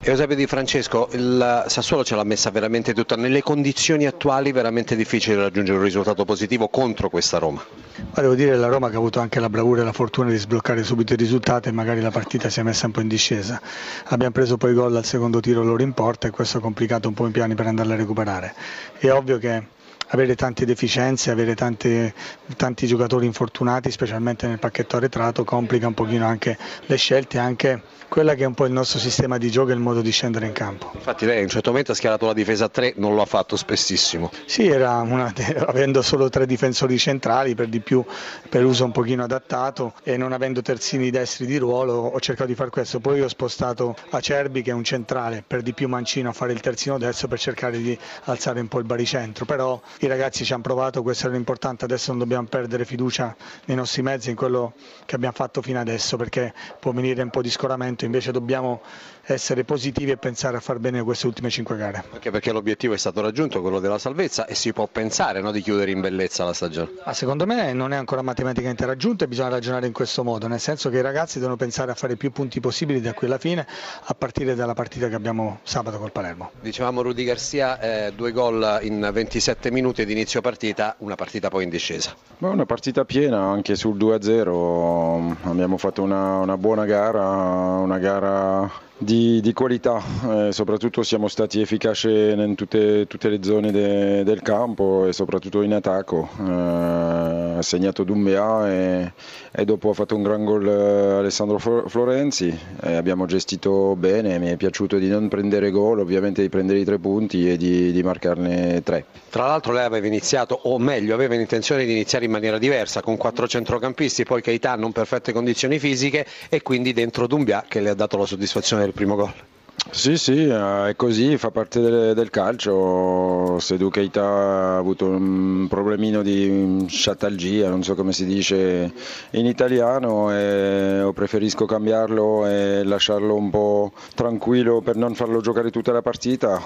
Eusebio Di Francesco, il Sassuolo ce l'ha messa veramente tutta, nelle condizioni attuali veramente difficile raggiungere un risultato positivo contro questa Roma. Ma devo dire la Roma che ha avuto anche la bravura e la fortuna di sbloccare subito il risultato e magari la partita si è messa un po' in discesa. Abbiamo preso poi gol al secondo tiro loro in porta e questo ha complicato un po' i piani per andarla a recuperare. È ovvio che avere tante deficienze, avere tanti giocatori infortunati, specialmente nel pacchetto arretrato, complica un pochino anche le scelte, anche quella che è un po' il nostro sistema di gioco e il modo di scendere in campo. Infatti lei in un certo momento ha schierato la difesa a 3, non lo ha fatto spessissimo. Sì, avendo solo 3 difensori centrali, per di più per uso un pochino adattato e non avendo terzini destri di ruolo, ho cercato di fare questo. Poi ho spostato Acerbi, che è un centrale, per di più Mancino a fare il terzino destro per cercare di alzare un po' il baricentro, però i ragazzi ci hanno provato, questo era l'importante. Adesso non dobbiamo perdere fiducia nei nostri mezzi, in quello che abbiamo fatto fino adesso, perché può venire un po' di scoramento, invece dobbiamo essere positivi e pensare a far bene queste ultime 5 gare. Anche perché l'obiettivo è stato raggiunto, quello della salvezza, e si può pensare, no, di chiudere in bellezza la stagione. Secondo me non è ancora matematicamente raggiunto e bisogna ragionare in questo modo, nel senso che i ragazzi devono pensare a fare più punti possibili da qui alla fine, a partire dalla partita che abbiamo sabato col Palermo. Dicevamo Rudy Garcia, 2 gol in 27 minuti di inizio partita, una partita poi in discesa. Una partita piena, anche sul 2-0 abbiamo fatto una buona gara, una gara di qualità, soprattutto siamo stati efficaci in tutte le zone del campo e soprattutto in attacco. Ha segnato Doumbia e dopo ha fatto un gran gol Alessandro Florenzi, abbiamo gestito bene, mi è piaciuto di non prendere gol, ovviamente di prendere i 3 punti e di marcarne 3. Tra l'altro lei aveva iniziato, o meglio aveva intenzione di iniziare in maniera diversa, con 4 centrocampisti, poi Keita non perfette condizioni fisiche e quindi dentro Doumbia che le ha dato la soddisfazione del primo gol. Sì, è così, fa parte del calcio. Seydou Keita ha avuto un problemino di sciatalgia, non so come si dice in italiano, e preferisco cambiarlo e lasciarlo un po' tranquillo per non farlo giocare tutta la partita.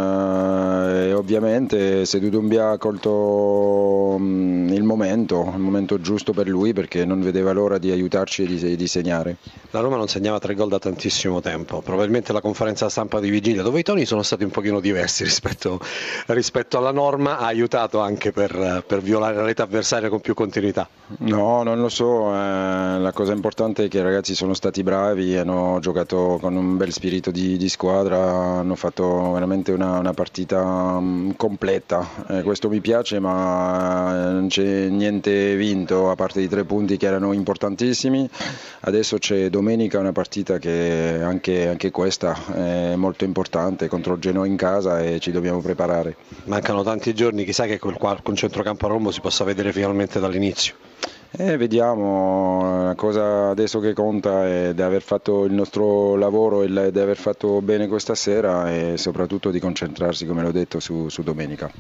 E ovviamente Seydou Doumbia ha colto il momento giusto per lui, perché non vedeva l'ora di aiutarci e di segnare. La Roma non segnava 3 gol da tantissimo tempo, probabilmente la conferenza stampa di vigilia, dove i toni sono stati un pochino diversi rispetto alla norma, ha aiutato anche per violare la rete avversaria con più continuità. No, non lo so, la cosa importante è che i ragazzi sono stati bravi, hanno giocato con un bel spirito di squadra, hanno fatto veramente una partita completa, questo mi piace, ma non c'è niente vinto a parte i 3 punti che erano importantissimi. Adesso c'è domenica una partita che anche questa è molto importante contro il Genoa in casa e ci dobbiamo preparare. Mancano tanti giorni, chissà che con centrocampo a Rombo si possa vedere finalmente dall'inizio. Vediamo, la cosa adesso che conta è di aver fatto il nostro lavoro e di aver fatto bene questa sera e soprattutto di concentrarsi, come l'ho detto, su domenica.